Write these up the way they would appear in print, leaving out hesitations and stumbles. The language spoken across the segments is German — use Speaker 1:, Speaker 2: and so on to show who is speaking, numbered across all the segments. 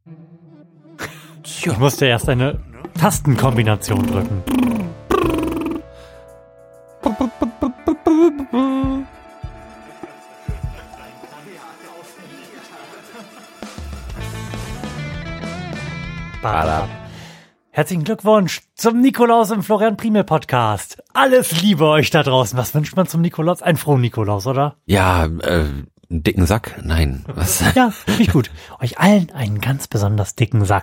Speaker 1: Ich musste erst eine Tastenkombination drücken. Herzlichen Glückwunsch zum Nikolaus im Florian Primel Podcast. Alles Liebe euch da draußen. Was wünscht man zum Nikolaus? Einen frohen Nikolaus, oder?
Speaker 2: Ja, einen dicken Sack? Nein. Was?
Speaker 1: Ja, finde ich gut. Euch allen einen ganz besonders dicken Sack.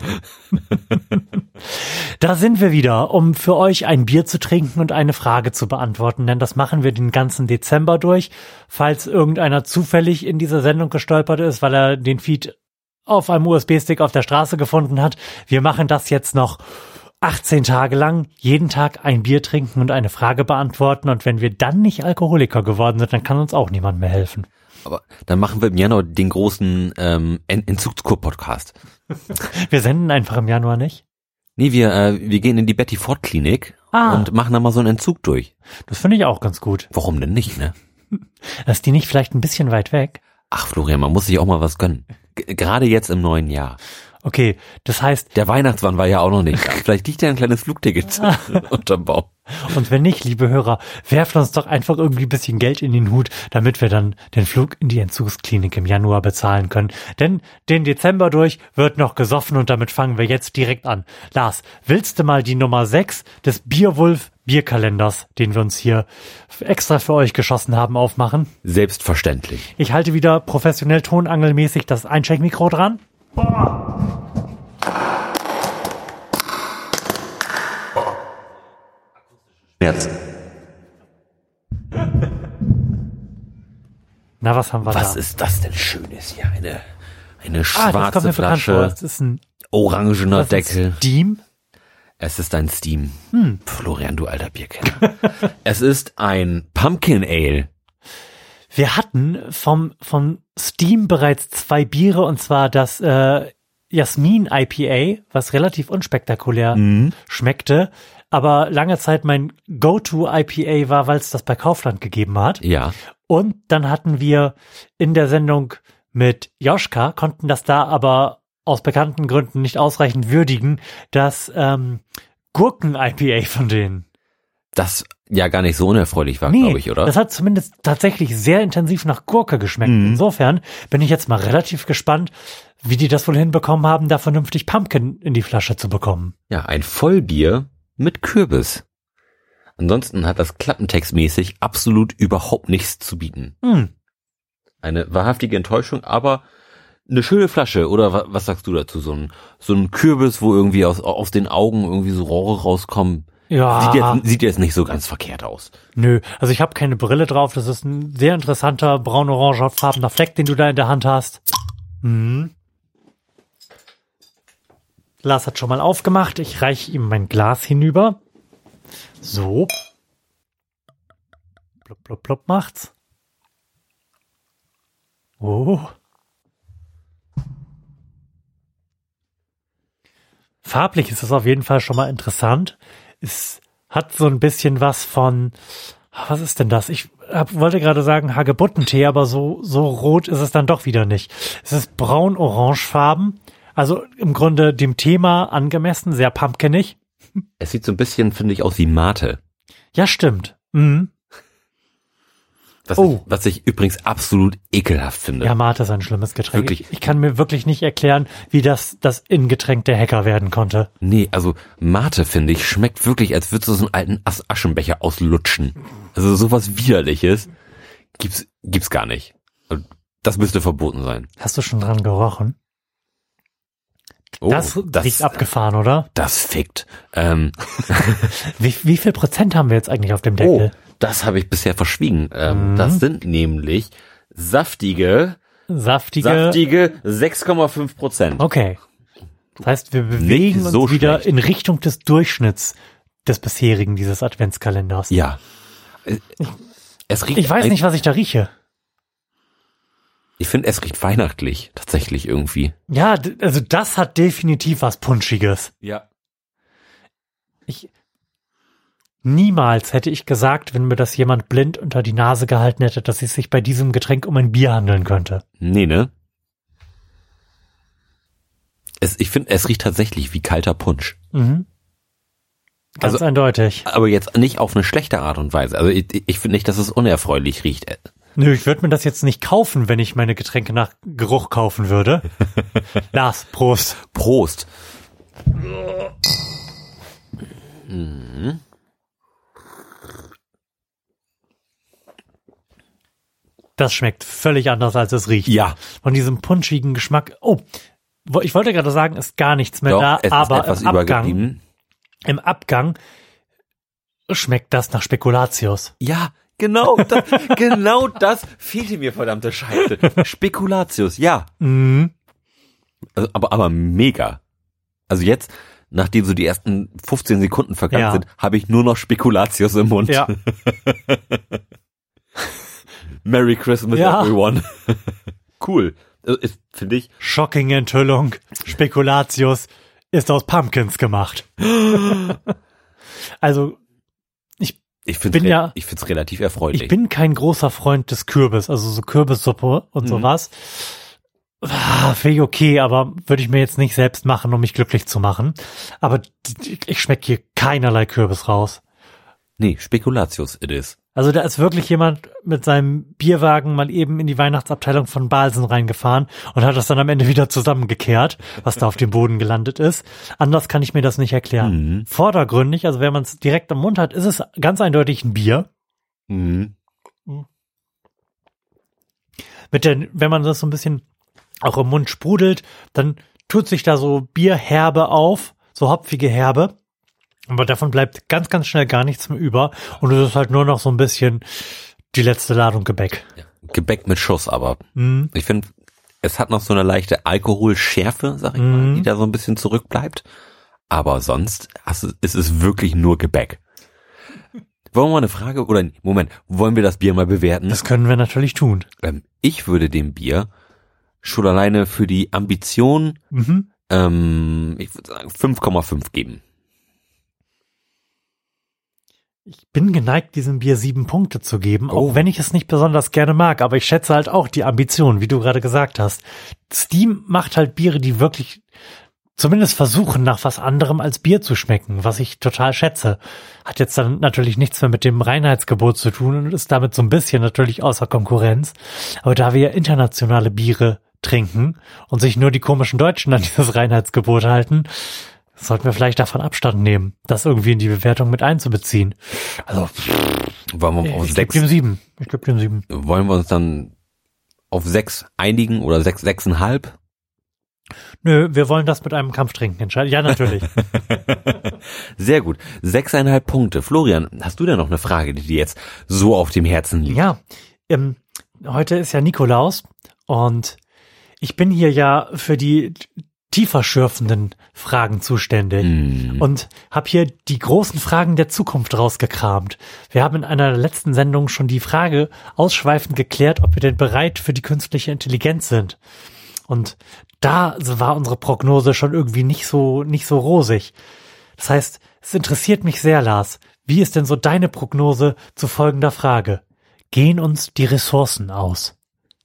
Speaker 1: Da sind wir wieder, um für euch ein Bier zu trinken und eine Frage zu beantworten, denn das machen wir den ganzen Dezember durch. Falls irgendeiner zufällig in diese Sendung gestolpert ist, weil er den Feed auf einem USB-Stick auf der Straße gefunden hat. Wir machen das jetzt noch 18 Tage lang, jeden Tag ein Bier trinken und eine Frage beantworten. Und wenn wir dann nicht Alkoholiker geworden sind, dann kann uns auch niemand mehr helfen.
Speaker 2: Aber dann machen wir im Januar den großen Entzugskur-Podcast.
Speaker 1: Wir senden einfach im Januar nicht?
Speaker 2: Nee, wir gehen in die Betty Ford Klinik und machen da mal so einen Entzug durch.
Speaker 1: Das finde ich auch ganz gut.
Speaker 2: Warum denn nicht, ne?
Speaker 1: Ist die nicht vielleicht ein bisschen weit weg?
Speaker 2: Ach, Florian, man muss sich auch mal was gönnen. Gerade jetzt im neuen Jahr.
Speaker 1: Okay, das heißt...
Speaker 2: Der Weihnachtsmann war ja auch noch nicht da. Vielleicht liegt ja ein kleines Flugticket unterm Baum.
Speaker 1: Und wenn nicht, liebe Hörer, werft uns doch einfach irgendwie ein bisschen Geld in den Hut, damit wir dann den Flug in die Entzugsklinik im Januar bezahlen können. Denn den Dezember durch wird noch gesoffen und damit fangen wir jetzt direkt an. Lars, willst du mal die Nummer 6 des Bierwulf Bierkalenders, den wir uns hier extra für euch geschossen haben, aufmachen?
Speaker 2: Selbstverständlich.
Speaker 1: Ich halte wieder professionell tonangelmäßig das Einschenkmikro dran.
Speaker 2: Jetzt.
Speaker 1: Na, was haben wir da?
Speaker 2: Was ist das denn Schönes hier? Eine
Speaker 1: das kommt
Speaker 2: schwarze
Speaker 1: mir bekannt vor.
Speaker 2: Flasche,
Speaker 1: Das ist ein
Speaker 2: orangener Deckel.
Speaker 1: Steam?
Speaker 2: Es ist ein Steam. Florian, du alter Bierkenner. Es ist ein Pumpkin Ale.
Speaker 1: Wir hatten vom Steam bereits 2 Biere, und zwar das Jasmin IPA, was relativ unspektakulär schmeckte, aber lange Zeit mein Go-To IPA war, weil es das bei Kaufland gegeben hat.
Speaker 2: Ja.
Speaker 1: Und dann hatten wir in der Sendung mit Joschka, konnten das da aber aus bekannten Gründen nicht ausreichend würdigen, das Gurken-IPA von denen.
Speaker 2: Das ja gar nicht so unerfreulich war, glaube ich, oder?
Speaker 1: Das hat zumindest tatsächlich sehr intensiv nach Gurke geschmeckt. Insofern bin ich jetzt mal relativ gespannt, wie die das wohl hinbekommen haben, da vernünftig Pumpkin in die Flasche zu bekommen.
Speaker 2: Ja, ein Vollbier mit Kürbis. Ansonsten hat das klappentextmäßig absolut überhaupt nichts zu bieten. Eine wahrhaftige Enttäuschung, aber eine schöne Flasche, oder was sagst du dazu? So ein Kürbis, wo irgendwie aus den Augen irgendwie so Rohre rauskommen.
Speaker 1: Ja.
Speaker 2: Sieht jetzt nicht so ganz verkehrt aus.
Speaker 1: Nö, also ich habe keine Brille drauf. Das ist ein sehr interessanter braun-orangefarbener Fleck, den du da in der Hand hast. Lars hat schon mal aufgemacht. Ich reiche ihm mein Glas hinüber. So. Blub, blub, blub macht's. Oh. Farblich ist es auf jeden Fall schon mal interessant. Es hat so ein bisschen was von, was ist denn das? Ich wollte gerade sagen Hagebuttentee, aber so rot ist es dann doch wieder nicht. Es ist braun-orangefarben, also im Grunde dem Thema angemessen, sehr pumpkinig.
Speaker 2: Es sieht so ein bisschen, finde ich, aus wie Mate.
Speaker 1: Ja, stimmt.
Speaker 2: Was ich übrigens absolut ekelhaft finde.
Speaker 1: Ja, Mate ist ein schlimmes Getränk.
Speaker 2: Wirklich.
Speaker 1: Ich kann mir wirklich nicht erklären, wie das Innengetränk der Hacker werden konnte.
Speaker 2: Nee, also Mate, finde ich, schmeckt wirklich, als würdest du so einen alten Aschenbecher auslutschen. Also sowas Widerliches gibt's gar nicht. Das müsste verboten sein.
Speaker 1: Hast du schon dran gerochen?
Speaker 2: Oh,
Speaker 1: das riecht abgefahren, oder?
Speaker 2: Das fickt.
Speaker 1: Wie viel Prozent haben wir jetzt eigentlich auf dem Deckel?
Speaker 2: Oh, das habe ich bisher verschwiegen. Das sind nämlich saftige 6,5%.
Speaker 1: Okay. Das heißt, wir bewegen uns wieder in Richtung des Durchschnitts des bisherigen dieses Adventskalenders.
Speaker 2: Ja. Es riecht.
Speaker 1: Ich weiß nicht, was ich da rieche.
Speaker 2: Ich finde, es riecht weihnachtlich, tatsächlich irgendwie.
Speaker 1: Ja, also das hat definitiv was Punschiges.
Speaker 2: Ja.
Speaker 1: Niemals hätte ich gesagt, wenn mir das jemand blind unter die Nase gehalten hätte, dass es sich bei diesem Getränk um ein Bier handeln könnte.
Speaker 2: Nee, ne? Es Ich finde, es riecht tatsächlich wie kalter Punsch.
Speaker 1: Mhm. Ganz eindeutig.
Speaker 2: Aber jetzt nicht auf eine schlechte Art und Weise. Also ich finde nicht, dass es unerfreulich riecht.
Speaker 1: Nö, ich würde mir das jetzt nicht kaufen, wenn ich meine Getränke nach Geruch kaufen würde. Lars, Prost.
Speaker 2: Prost. Mhm.
Speaker 1: Das schmeckt völlig anders, als es riecht.
Speaker 2: Ja.
Speaker 1: Von diesem punschigen Geschmack. Oh, ich wollte gerade sagen, ist gar nichts mehr da, aber im Abgang schmeckt das nach Spekulatius.
Speaker 2: Ja, genau das fehlte mir, verdammte Scheiße. Spekulatius, ja.
Speaker 1: Mhm.
Speaker 2: Also, aber mega. Also jetzt, nachdem so die ersten 15 Sekunden vergangen sind, habe ich nur noch Spekulatius im Mund.
Speaker 1: Ja.
Speaker 2: Merry Christmas, everyone. Cool. Finde ich.
Speaker 1: Shocking Enthüllung. Spekulatius ist aus Pumpkins gemacht. Also,
Speaker 2: ich finde es relativ erfreulich.
Speaker 1: Ich bin kein großer Freund des Kürbis, also so Kürbissuppe und sowas. Finde ich okay, aber würde ich mir jetzt nicht selbst machen, um mich glücklich zu machen. Aber ich schmecke hier keinerlei Kürbis raus.
Speaker 2: Nee, Spekulatius it is.
Speaker 1: Also da ist wirklich jemand mit seinem Bierwagen mal eben in die Weihnachtsabteilung von Balsen reingefahren und hat das dann am Ende wieder zusammengekehrt, was da auf dem Boden gelandet ist. Anders kann ich mir das nicht erklären.
Speaker 2: Mhm.
Speaker 1: Vordergründig, also wenn man es direkt am Mund hat, ist es ganz eindeutig ein Bier.
Speaker 2: Mhm.
Speaker 1: Wenn man das so ein bisschen auch im Mund sprudelt, dann tut sich da so Bierherbe auf, so hopfige Herbe. Aber davon bleibt ganz, ganz schnell gar nichts mehr über. Und es ist halt nur noch so ein bisschen die letzte Ladung Gebäck.
Speaker 2: Ja, Gebäck mit Schuss, aber ich finde, es hat noch so eine leichte Alkoholschärfe, sag ich mal, die da so ein bisschen zurückbleibt. Aber sonst ist es wirklich nur Gebäck. Wollen wir mal eine Frage, oder Moment, wollen wir das Bier mal bewerten?
Speaker 1: Das können wir natürlich tun.
Speaker 2: Ich würde dem Bier schon alleine für die Ambition, ich würde sagen 5,5 geben.
Speaker 1: Ich bin geneigt, diesem Bier 7 Punkte zu geben, auch wenn ich es nicht besonders gerne mag. Aber ich schätze halt auch die Ambition, wie du gerade gesagt hast. Steam macht halt Biere, die wirklich zumindest versuchen, nach was anderem als Bier zu schmecken, was ich total schätze. Hat jetzt dann natürlich nichts mehr mit dem Reinheitsgebot zu tun und ist damit so ein bisschen natürlich außer Konkurrenz. Aber da wir internationale Biere trinken und sich nur die komischen Deutschen an dieses Reinheitsgebot halten, sollten wir vielleicht davon Abstand nehmen, das irgendwie in die Bewertung mit einzubeziehen. Also,
Speaker 2: wollen wir auf
Speaker 1: ich gebe dem 7. Ich gebe dem 7.
Speaker 2: Wollen wir uns dann auf 6 einigen oder 6,5?
Speaker 1: Nö, wir wollen das mit einem Kampftrinken entscheiden. Ja, natürlich.
Speaker 2: Sehr gut. 6,5 Punkte. Florian, hast du denn noch eine Frage, die dir jetzt so auf dem Herzen liegt?
Speaker 1: Ja, heute ist ja Nikolaus und ich bin hier ja für die tiefer schürfenden Fragen zuständig und habe hier die großen Fragen der Zukunft rausgekramt. Wir haben in einer letzten Sendung schon die Frage ausschweifend geklärt, ob wir denn bereit für die künstliche Intelligenz sind. Und da war unsere Prognose schon irgendwie nicht so rosig. Das heißt, es interessiert mich sehr, Lars. Wie ist denn so deine Prognose zu folgender Frage? Gehen uns die Ressourcen aus?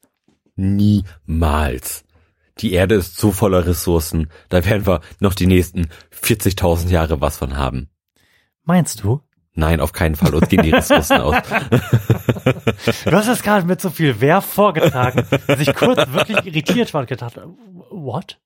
Speaker 2: Niemals. Die Erde ist so voller Ressourcen, da werden wir noch die nächsten 40.000 Jahre was von haben.
Speaker 1: Meinst du?
Speaker 2: Nein, auf keinen Fall. Uns gehen die Ressourcen aus.
Speaker 1: Du hast das gerade mit so viel Werf vorgetragen, dass ich kurz wirklich irritiert war und gedacht, what?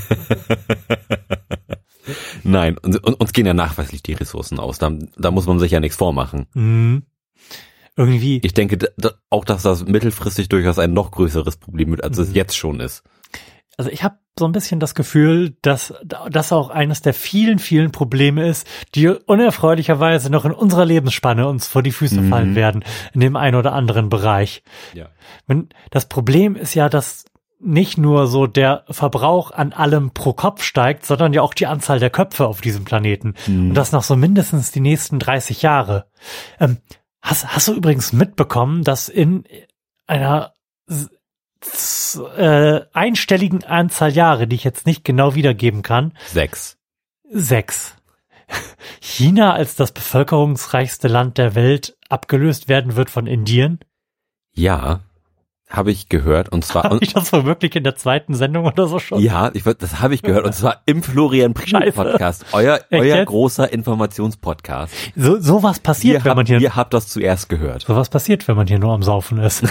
Speaker 2: Nein, uns gehen ja nachweislich die Ressourcen aus. Da muss man sich ja nichts vormachen.
Speaker 1: Irgendwie.
Speaker 2: Ich denke auch, dass das mittelfristig durchaus ein noch größeres Problem wird, als es jetzt schon ist.
Speaker 1: Also ich habe so ein bisschen das Gefühl, dass das auch eines der vielen, vielen Probleme ist, die unerfreulicherweise noch in unserer Lebensspanne uns vor die Füße fallen werden, in dem einen oder anderen Bereich.
Speaker 2: Ja.
Speaker 1: Das Problem ist ja, dass nicht nur so der Verbrauch an allem pro Kopf steigt, sondern ja auch die Anzahl der Köpfe auf diesem Planeten. Und das noch so mindestens die nächsten 30 Jahre. Hast du übrigens mitbekommen, dass in einer einstelligen Anzahl Jahre, die ich jetzt nicht genau wiedergeben kann.
Speaker 2: 6.
Speaker 1: China als das bevölkerungsreichste Land der Welt abgelöst werden wird von Indien?
Speaker 2: Ja. habe ich gehört, und zwar...
Speaker 1: Habe ich das wohl wirklich in der 2. Sendung oder so schon?
Speaker 2: Ja, das habe ich gehört, und zwar im Florian Primo Podcast, euer großer Informationspodcast.
Speaker 1: Sowas passiert, wenn man hier...
Speaker 2: Ihr habt das zuerst gehört.
Speaker 1: Sowas passiert, wenn man hier nur am Saufen ist.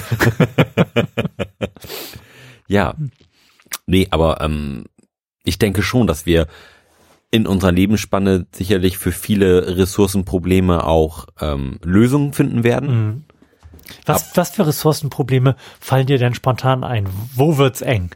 Speaker 2: Ja, nee, aber ich denke schon, dass wir in unserer Lebensspanne sicherlich für viele Ressourcenprobleme auch Lösungen finden werden.
Speaker 1: Mhm. Was für Ressourcenprobleme fallen dir denn spontan ein? Wo wird's eng?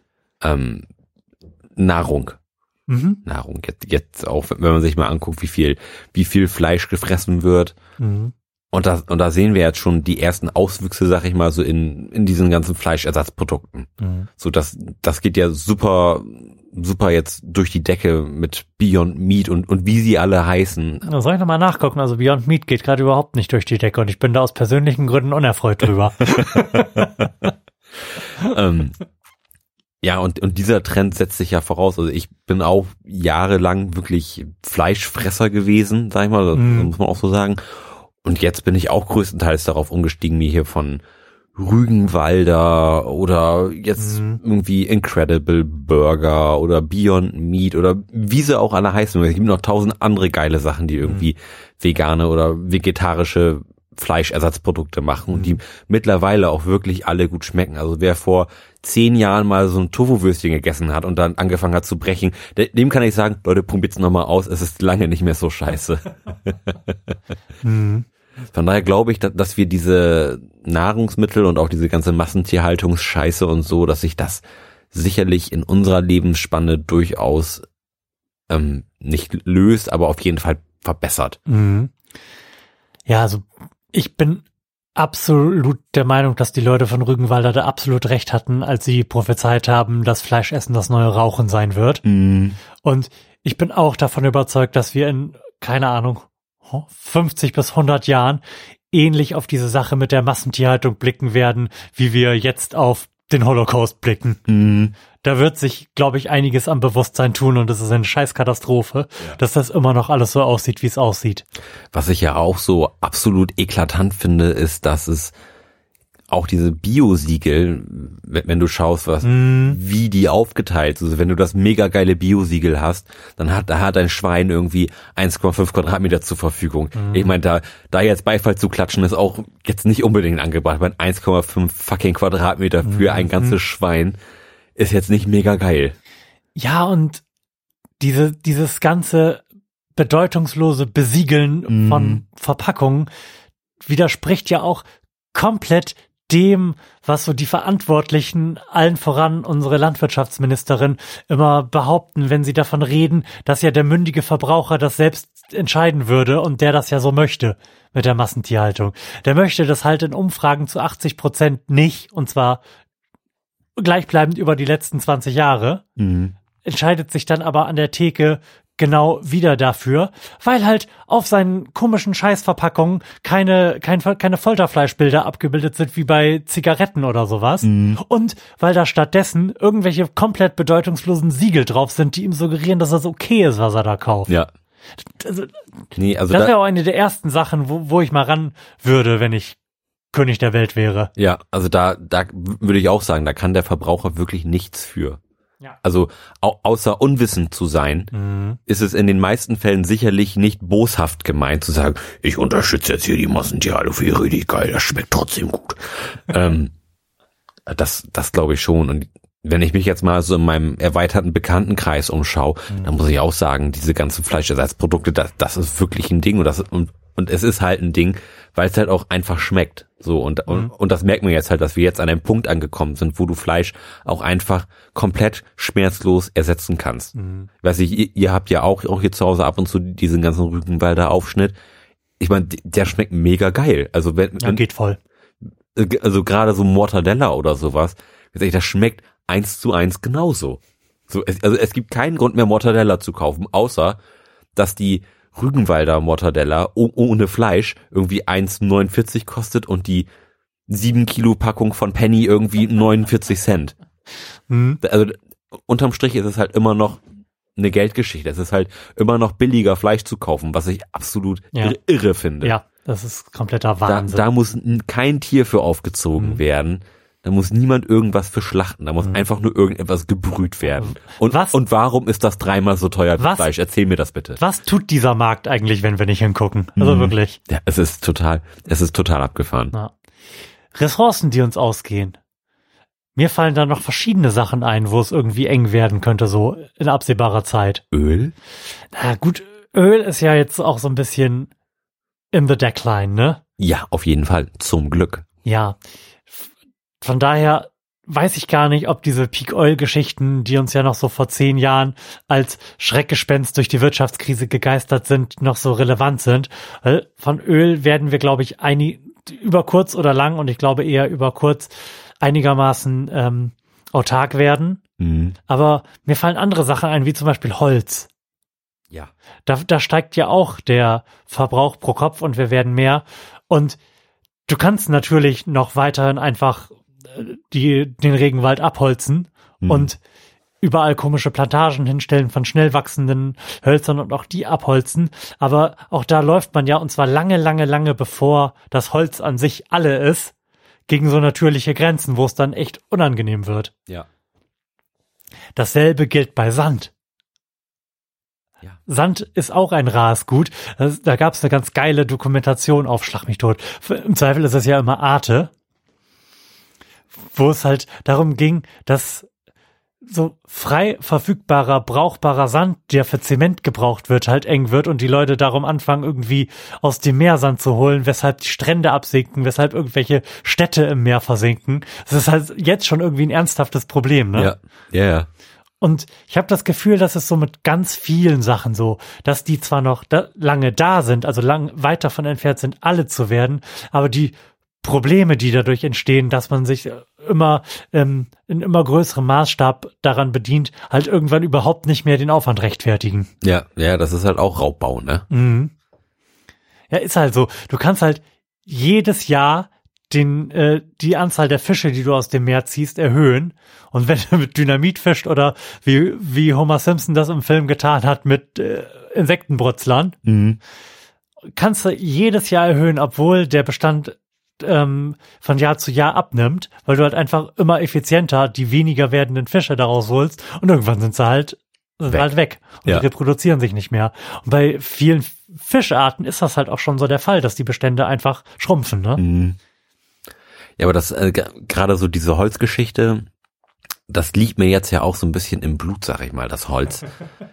Speaker 2: Nahrung.
Speaker 1: Mhm.
Speaker 2: Nahrung. Jetzt auch, wenn man sich mal anguckt, wie viel Fleisch gefressen wird.
Speaker 1: Mhm.
Speaker 2: Und da sehen wir jetzt schon die ersten Auswüchse, sag ich mal, so in diesen ganzen Fleischersatzprodukten.
Speaker 1: Mhm.
Speaker 2: So, das geht ja super jetzt durch die Decke mit Beyond Meat und wie sie alle heißen.
Speaker 1: Da soll ich nochmal nachgucken. Also Beyond Meat geht gerade überhaupt nicht durch die Decke und ich bin da aus persönlichen Gründen unerfreut drüber.
Speaker 2: Ja, und dieser Trend setzt sich ja voraus. Also ich bin auch jahrelang wirklich Fleischfresser gewesen, sag ich mal, das muss man auch so sagen. Und jetzt bin ich auch größtenteils darauf umgestiegen, mir hier von Rügenwalder oder jetzt irgendwie Incredible Burger oder Beyond Meat oder wie sie auch alle heißen. Es gibt noch 1000 andere geile Sachen, die irgendwie vegane oder vegetarische Fleischersatzprodukte machen und die mittlerweile auch wirklich alle gut schmecken. Also wer vor 10 Jahren mal so ein Tofu-Würstchen gegessen hat und dann angefangen hat zu brechen, dem kann ich sagen, Leute, probiert's nochmal aus, es ist lange nicht mehr so scheiße. Von daher glaube ich, dass wir diese Nahrungsmittel und auch diese ganze Massentierhaltungsscheiße und so, dass sich das sicherlich in unserer Lebensspanne durchaus nicht löst, aber auf jeden Fall verbessert.
Speaker 1: Mhm. Ja, also ich bin absolut der Meinung, dass die Leute von Rügenwalder da absolut recht hatten, als sie prophezeit haben, dass Fleischessen das neue Rauchen sein wird.
Speaker 2: Mhm.
Speaker 1: Und ich bin auch davon überzeugt, dass wir in, keine Ahnung, 50 bis 100 Jahren ähnlich auf diese Sache mit der Massentierhaltung blicken werden, wie wir jetzt auf den Holocaust blicken.
Speaker 2: Mhm.
Speaker 1: Da wird sich, glaube ich, einiges am Bewusstsein tun und es ist eine Scheißkatastrophe, dass das immer noch alles so aussieht, wie es aussieht.
Speaker 2: Was ich ja auch so absolut eklatant finde, ist, dass es auch diese Bio-Siegel, wenn du schaust, wie die aufgeteilt sind. Also wenn du das mega geile Bio-Siegel hast, dann hat ein Schwein irgendwie 1,5 Quadratmeter zur Verfügung. Ich meine, da jetzt Beifall zu klatschen, ist auch jetzt nicht unbedingt angebracht, weil 1,5 fucking Quadratmeter für ein ganzes Schwein ist jetzt nicht mega geil.
Speaker 1: Ja, und dieses ganze bedeutungslose Besiegeln von Verpackungen widerspricht ja auch komplett dem, was so die Verantwortlichen, allen voran unsere Landwirtschaftsministerin, immer behaupten, wenn sie davon reden, dass ja der mündige Verbraucher das selbst entscheiden würde und der das ja so möchte mit der Massentierhaltung. Der möchte das halt in Umfragen zu 80% nicht, und zwar gleichbleibend über die letzten 20 Jahre, entscheidet sich dann aber an der Theke genau wieder dafür, weil halt auf seinen komischen Scheißverpackungen keine Folterfleischbilder abgebildet sind wie bei Zigaretten oder sowas. Und weil da stattdessen irgendwelche komplett bedeutungslosen Siegel drauf sind, die ihm suggerieren, dass das okay ist, was er da kauft.
Speaker 2: Ja.
Speaker 1: Also,
Speaker 2: das
Speaker 1: wäre auch eine der ersten Sachen, wo ich mal ran würde, wenn ich König der Welt wäre.
Speaker 2: Ja, also da würde ich auch sagen, da kann der Verbraucher wirklich nichts für.
Speaker 1: Ja.
Speaker 2: Also außer unwissend zu sein, ist es in den meisten Fällen sicherlich nicht boshaft gemeint zu sagen, ich unterstütze jetzt hier die Massentierhaltung, für richtig geil, das schmeckt trotzdem gut. Das glaube ich schon. Und wenn ich mich jetzt mal so in meinem erweiterten Bekanntenkreis umschaue, dann muss ich auch sagen, diese ganzen Fleischersatzprodukte, das ist wirklich ein Ding und es ist halt ein Ding, weil es halt auch einfach schmeckt. So und das merkt man jetzt halt, dass wir jetzt an einem Punkt angekommen sind, wo du Fleisch auch einfach komplett schmerzlos ersetzen kannst. Weiß ich, ihr habt ja auch hier zu Hause ab und zu diesen ganzen Rügenwalder Aufschnitt. Ich meine, der schmeckt mega geil. Also
Speaker 1: geht voll.
Speaker 2: Also gerade so Mortadella oder sowas, das schmeckt 1:1 genauso. So, es gibt keinen Grund mehr, Mortadella zu kaufen, außer dass die Rügenwalder Mortadella ohne Fleisch irgendwie 1,49 kostet und die 7 Kilo Packung von Penny irgendwie 49 Cent. Also unterm Strich ist es halt immer noch eine Geldgeschichte. Es ist halt immer noch billiger, Fleisch zu kaufen, was ich absolut irre finde.
Speaker 1: Ja, das ist kompletter Wahnsinn.
Speaker 2: Da muss kein Tier für aufgezogen werden. Da muss niemand irgendwas für schlachten. Da muss einfach nur irgendetwas gebrüht werden. Und warum ist das 3-mal so teuer wie Fleisch? Erzähl mir das bitte.
Speaker 1: Was tut dieser Markt eigentlich, wenn wir nicht hingucken? Also wirklich.
Speaker 2: Ja, es ist total abgefahren.
Speaker 1: Ja. Ressourcen, die uns ausgehen. Mir fallen da noch verschiedene Sachen ein, wo es irgendwie eng werden könnte, so in absehbarer Zeit.
Speaker 2: Öl?
Speaker 1: Na gut, Öl ist ja jetzt auch so ein bisschen in the decline, ne?
Speaker 2: Ja, auf jeden Fall. Zum Glück.
Speaker 1: Ja. Von daher weiß ich gar nicht, ob diese Peak-Oil-Geschichten, die uns ja noch so vor 10 Jahren als Schreckgespenst durch die Wirtschaftskrise gegeistert sind, noch so relevant sind. Weil von Öl werden wir, glaube ich, über kurz oder lang, und ich glaube eher über kurz, einigermaßen autark werden. Aber mir fallen andere Sachen ein, wie zum Beispiel Holz.
Speaker 2: Ja.
Speaker 1: Da steigt ja auch der Verbrauch pro Kopf und wir werden mehr. Und du kannst natürlich noch weiterhin einfach den Regenwald abholzen und überall komische Plantagen hinstellen von schnell wachsenden Hölzern und auch die abholzen. Aber auch da läuft man ja, und zwar lange, lange, lange bevor das Holz an sich alle ist, gegen so natürliche Grenzen, wo es dann echt unangenehm wird.
Speaker 2: Ja.
Speaker 1: Dasselbe gilt bei Sand.
Speaker 2: Ja.
Speaker 1: Sand ist auch ein rares Gut. Da gab es eine ganz geile Dokumentation auf Schlag mich tot. Im Zweifel ist es ja immer Arte, wo es halt darum ging, dass so frei verfügbarer, brauchbarer Sand, der für Zement gebraucht wird, halt eng wird und die Leute darum anfangen, irgendwie aus dem Meer Sand zu holen, weshalb die Strände absinken, weshalb irgendwelche Städte im Meer versinken. Das ist halt jetzt schon irgendwie ein ernsthaftes Problem, ne?
Speaker 2: Ja.
Speaker 1: Und ich habe das Gefühl, dass es so mit ganz vielen Sachen so, dass die zwar noch lange da sind, also weit davon entfernt sind, alle zu werden, aber die Probleme, die dadurch entstehen, dass man sich immer in immer größerem Maßstab daran bedient, halt irgendwann überhaupt nicht mehr den Aufwand rechtfertigen.
Speaker 2: Ja, das ist halt auch Raubbau, ne?
Speaker 1: Ja, ist halt so. Du kannst halt jedes Jahr die Anzahl der Fische, die du aus dem Meer ziehst, erhöhen. Und wenn du mit Dynamit fischt oder wie Homer Simpson das im Film getan hat mit Insektenbrutzlern, kannst du jedes Jahr erhöhen, obwohl der Bestand von Jahr zu Jahr abnimmt, weil du halt einfach immer effizienter die weniger werdenden Fische daraus holst und irgendwann sind sie halt weg und die reproduzieren sich nicht mehr. Und bei vielen Fischarten ist das halt auch schon so der Fall, dass die Bestände einfach schrumpfen, ne?
Speaker 2: Ja, aber das gerade so diese Holzgeschichte, das liegt mir jetzt ja auch so ein bisschen im Blut, sag ich mal, das Holz.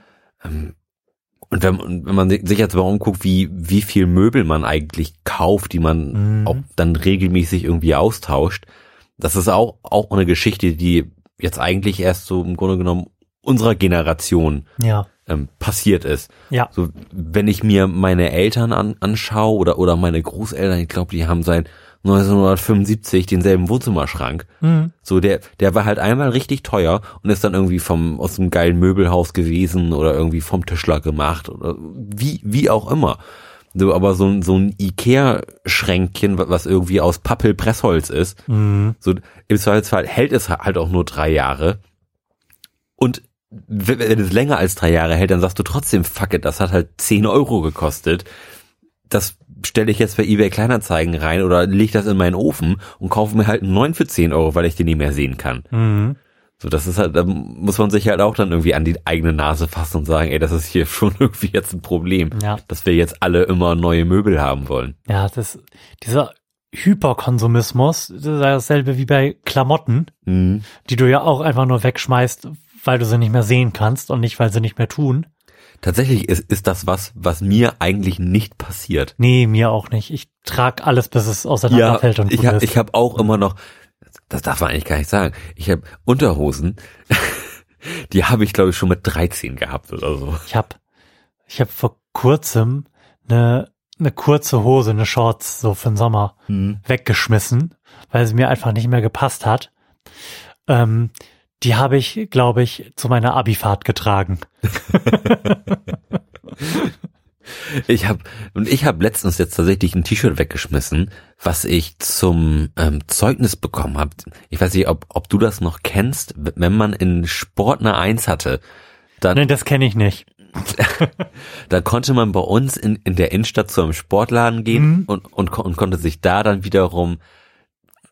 Speaker 2: Und wenn man sich jetzt mal umguckt, wie viel Möbel man eigentlich kauft, die man auch dann regelmäßig irgendwie austauscht, das ist auch eine Geschichte, die jetzt eigentlich erst so im Grunde genommen unserer Generation passiert ist.
Speaker 1: Ja.
Speaker 2: So, wenn ich mir meine Eltern anschaue oder meine Großeltern, ich glaube, die haben seit 1975 denselben Wohnzimmerschrank. So, der war halt einmal richtig teuer und ist dann irgendwie aus einem geilen Möbelhaus gewesen oder irgendwie vom Tischler gemacht oder wie auch immer. So, aber so ein Ikea-Schränkchen, was irgendwie aus Pappel-Pressholz ist, so im Zweifelsfall hält es halt auch nur 3 Jahre. Und wenn es länger als 3 Jahre hält, dann sagst du trotzdem, fuck it, das hat halt 10 Euro gekostet. Das stelle ich jetzt bei eBay Kleinanzeigen rein oder lege das in meinen Ofen und kaufe mir halt einen neuen für 10 Euro, weil ich den nicht mehr sehen kann. So, das ist halt, da muss man sich halt auch dann irgendwie an die eigene Nase fassen und sagen, ey, das ist hier schon irgendwie jetzt ein Problem, dass wir jetzt alle immer neue Möbel haben wollen.
Speaker 1: Ja, dieser Hyperkonsumismus, das ist dasselbe wie bei Klamotten, die du ja auch einfach nur wegschmeißt, weil du sie nicht mehr sehen kannst und nicht, weil sie nicht mehr tun.
Speaker 2: Tatsächlich ist das was mir eigentlich nicht passiert.
Speaker 1: Nee, mir auch nicht. Ich trage alles, bis es auseinanderfällt und gut ist.
Speaker 2: Ich habe auch immer noch, das darf man eigentlich gar nicht sagen, ich habe Unterhosen, die habe ich glaube ich schon mit 13 gehabt oder so.
Speaker 1: Ich hab vor kurzem eine kurze Hose, eine Shorts so für den Sommer weggeschmissen, weil sie mir einfach nicht mehr gepasst hat. Die habe ich, glaube ich, zu meiner Abifahrt getragen.
Speaker 2: Ich habe letztens jetzt tatsächlich ein T-Shirt weggeschmissen, was ich zum Zeugnis bekommen habe. Ich weiß nicht, ob du das noch kennst, wenn man in Sport eine 1 hatte. Dann,
Speaker 1: nein, das kenne ich nicht.
Speaker 2: Da konnte man bei uns in der Innenstadt zu einem Sportladen gehen und konnte sich da dann wiederum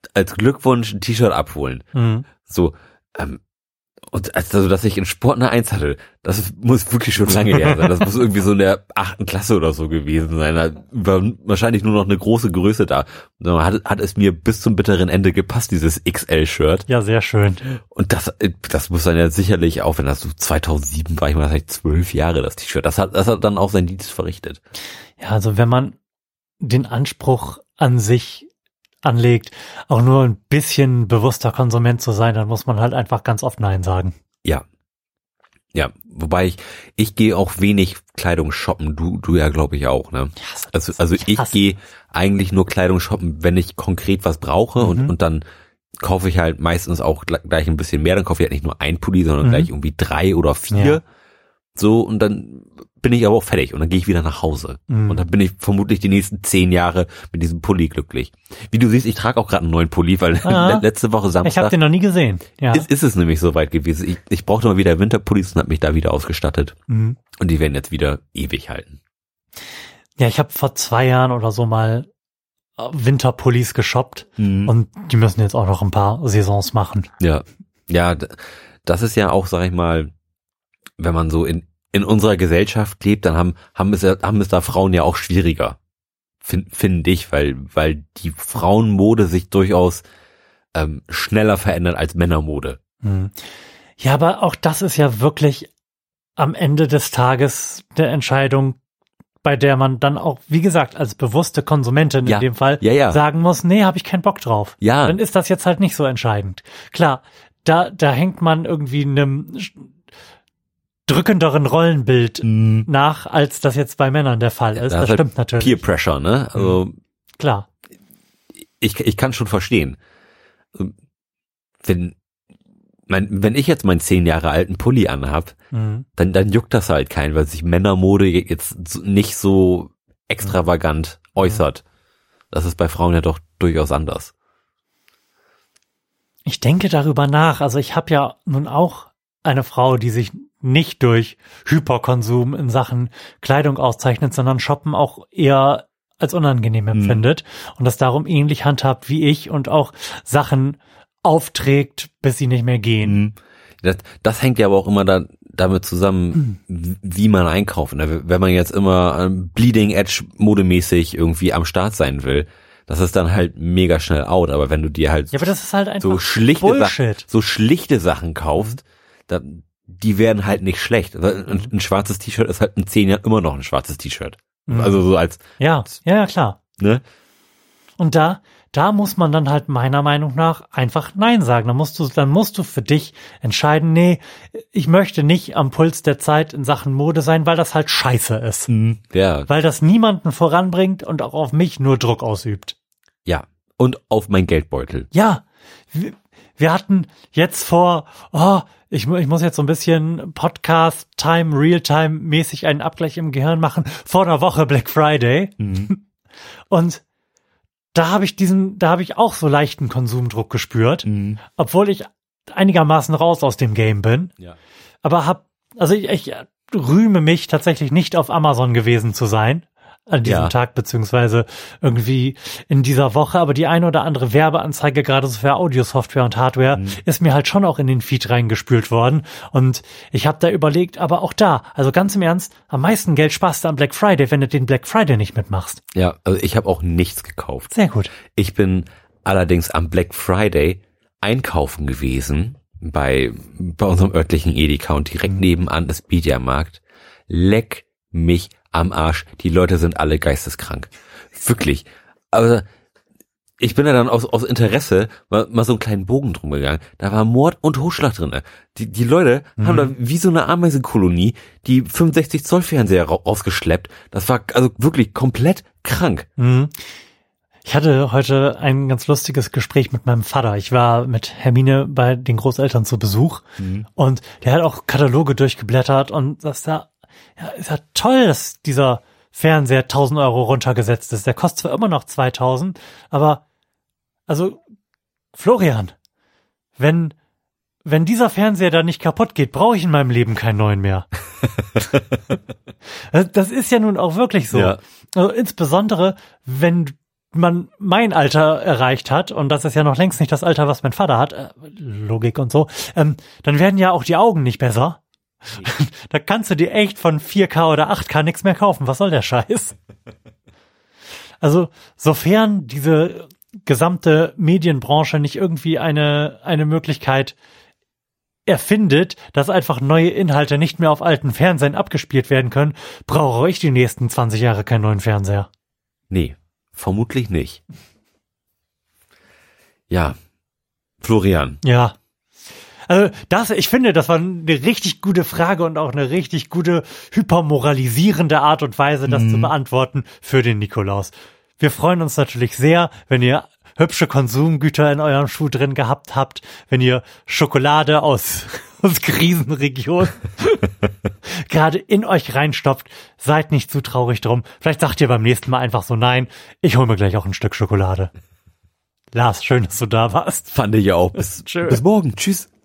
Speaker 2: als Glückwunsch ein T-Shirt abholen. So, und also, dass ich in Sport eine 1 hatte, das muss wirklich schon lange her sein. Das muss irgendwie so in der 8. Klasse oder so gewesen sein. Da war wahrscheinlich nur noch eine große Größe da. Dann hat es mir bis zum bitteren Ende gepasst, dieses XL-Shirt.
Speaker 1: Ja, sehr schön.
Speaker 2: Und das muss dann ja sicherlich auch, wenn das so 2007 war, ich meine, das heißt 12 Jahre, das T-Shirt. Das hat dann auch seinen Dienst verrichtet.
Speaker 1: Ja, also wenn man den Anspruch an sich anlegt, auch nur ein bisschen bewusster Konsument zu sein, dann muss man halt einfach ganz oft Nein sagen.
Speaker 2: Ja. Ja, wobei ich gehe auch wenig Kleidung shoppen, du ja glaube ich auch, ne?
Speaker 1: Ja,
Speaker 2: also ich gehe eigentlich nur Kleidung shoppen, wenn ich konkret was brauche und dann kaufe ich halt meistens auch gleich ein bisschen mehr, dann kaufe ich halt nicht nur ein Pulli, sondern gleich irgendwie 3 oder 4. Ja. So, und dann bin ich aber auch fertig und dann gehe ich wieder nach Hause. Und dann bin ich vermutlich die nächsten 10 Jahre mit diesem Pulli glücklich. Wie du siehst, ich trage auch gerade einen neuen Pulli, weil letzte Woche Samstag...
Speaker 1: Ich habe den noch nie gesehen. Ja.
Speaker 2: Ist es nämlich soweit gewesen. Ich brauchte mal wieder Winterpullis und habe mich da wieder ausgestattet. Und die werden jetzt wieder ewig halten.
Speaker 1: Ja, ich habe vor 2 Jahren oder so mal Winterpullis geshoppt und die müssen jetzt auch noch ein paar Saisons machen.
Speaker 2: Ja, das ist ja auch, sag ich mal, wenn man so in unserer Gesellschaft lebt, dann haben es da Frauen ja auch schwieriger, finde ich, weil die Frauenmode sich durchaus schneller verändert als Männermode.
Speaker 1: Ja, aber auch das ist ja wirklich am Ende des Tages der Entscheidung, bei der man dann auch, wie gesagt, als bewusste Konsumentin in dem Fall sagen muss, nee, habe ich keinen Bock drauf.
Speaker 2: Ja.
Speaker 1: Dann ist das jetzt halt nicht so entscheidend. Klar, da hängt man irgendwie einem drückenderen Rollenbild nach, als das jetzt bei Männern der Fall ist. Das stimmt natürlich.
Speaker 2: Peer Pressure, ne? Also
Speaker 1: klar.
Speaker 2: Ich kann schon verstehen. Wenn ich jetzt meinen 10 Jahre alten Pulli anhab, dann juckt das halt keinen, weil sich Männermode jetzt nicht so extravagant äußert. Das ist bei Frauen ja doch durchaus anders.
Speaker 1: Ich denke darüber nach. Also ich habe ja nun auch eine Frau, die sich nicht durch Hyperkonsum in Sachen Kleidung auszeichnet, sondern Shoppen auch eher als unangenehm empfindet und das darum ähnlich handhabt wie ich und auch Sachen aufträgt, bis sie nicht mehr gehen.
Speaker 2: Das hängt ja aber auch immer damit zusammen, wie man einkauft. Wenn man jetzt immer Bleeding Edge modemäßig irgendwie am Start sein will, das ist dann halt mega schnell out. Aber wenn du dir halt,
Speaker 1: aber das ist halt einfach
Speaker 2: so schlichte Sachen kaufst, die werden halt nicht schlecht. Ein schwarzes T-Shirt ist halt in 10 Jahren immer noch ein schwarzes T-Shirt. Also so als...
Speaker 1: Ja, klar.
Speaker 2: Ne?
Speaker 1: Und da muss man dann halt meiner Meinung nach einfach Nein sagen. Dann musst du für dich entscheiden, nee, ich möchte nicht am Puls der Zeit in Sachen Mode sein, weil das halt scheiße ist.
Speaker 2: Ja.
Speaker 1: Weil das niemanden voranbringt und auch auf mich nur Druck ausübt.
Speaker 2: Ja. Und auf mein Geldbeutel.
Speaker 1: Ja. Wir hatten jetzt ich muss jetzt so ein bisschen Podcast-Time, Real-Time-mäßig einen Abgleich im Gehirn machen. Vor einer Woche Black Friday. Und da habe ich auch so leichten Konsumdruck gespürt, obwohl ich einigermaßen raus aus dem Game bin.
Speaker 2: Ja.
Speaker 1: Aber ich rühme mich tatsächlich nicht auf Amazon gewesen zu sein an diesem Tag, beziehungsweise irgendwie in dieser Woche, aber die eine oder andere Werbeanzeige, gerade so für Audiosoftware und Hardware, ist mir halt schon auch in den Feed reingespült worden und ich habe da überlegt, aber auch da, also ganz im Ernst, am meisten Geld sparst du am Black Friday, wenn du den Black Friday nicht mitmachst.
Speaker 2: Ja, also ich habe auch nichts gekauft.
Speaker 1: Sehr gut.
Speaker 2: Ich bin allerdings am Black Friday einkaufen gewesen bei unserem örtlichen Edeka und direkt nebenan ist Mediamarkt. Leck mich am Arsch. Die Leute sind alle geisteskrank. Wirklich. Aber ich bin ja dann aus Interesse mal so einen kleinen Bogen drum gegangen. Da war Mord und Totschlag drin. Die Leute haben da wie so eine Ameisenkolonie die 65 Zoll Fernseher rausgeschleppt. Das war also wirklich komplett krank.
Speaker 1: Ich hatte heute ein ganz lustiges Gespräch mit meinem Vater. Ich war mit Hermine bei den Großeltern zu Besuch und der hat auch Kataloge durchgeblättert und das ist ja toll, dass dieser Fernseher 1.000 Euro runtergesetzt ist. Der kostet zwar immer noch 2.000, aber also Florian, wenn dieser Fernseher da nicht kaputt geht, brauche ich in meinem Leben keinen neuen mehr. Das ist ja nun auch wirklich so. Ja. Also insbesondere, wenn man mein Alter erreicht hat, und das ist ja noch längst nicht das Alter, was mein Vater hat, Logik und so, dann werden ja auch die Augen nicht besser. Da kannst du dir echt von 4K oder 8K nichts mehr kaufen. Was soll der Scheiß? Also, sofern diese gesamte Medienbranche nicht irgendwie eine Möglichkeit erfindet, dass einfach neue Inhalte nicht mehr auf alten Fernsehern abgespielt werden können, brauche ich die nächsten 20 Jahre keinen neuen Fernseher.
Speaker 2: Nee, vermutlich nicht. Ja, Florian.
Speaker 1: Ja. Also ich finde, das war eine richtig gute Frage und auch eine richtig gute hypermoralisierende Art und Weise, das zu beantworten für den Nikolaus. Wir freuen uns natürlich sehr, wenn ihr hübsche Konsumgüter in eurem Schuh drin gehabt habt, wenn ihr Schokolade aus Krisenregionen gerade in euch reinstopft. Seid nicht zu traurig drum. Vielleicht sagt ihr beim nächsten Mal einfach so, nein, ich hole mir gleich auch ein Stück Schokolade. Lars, schön, dass du da warst.
Speaker 2: Fand ich auch. Bis morgen. Tschüss.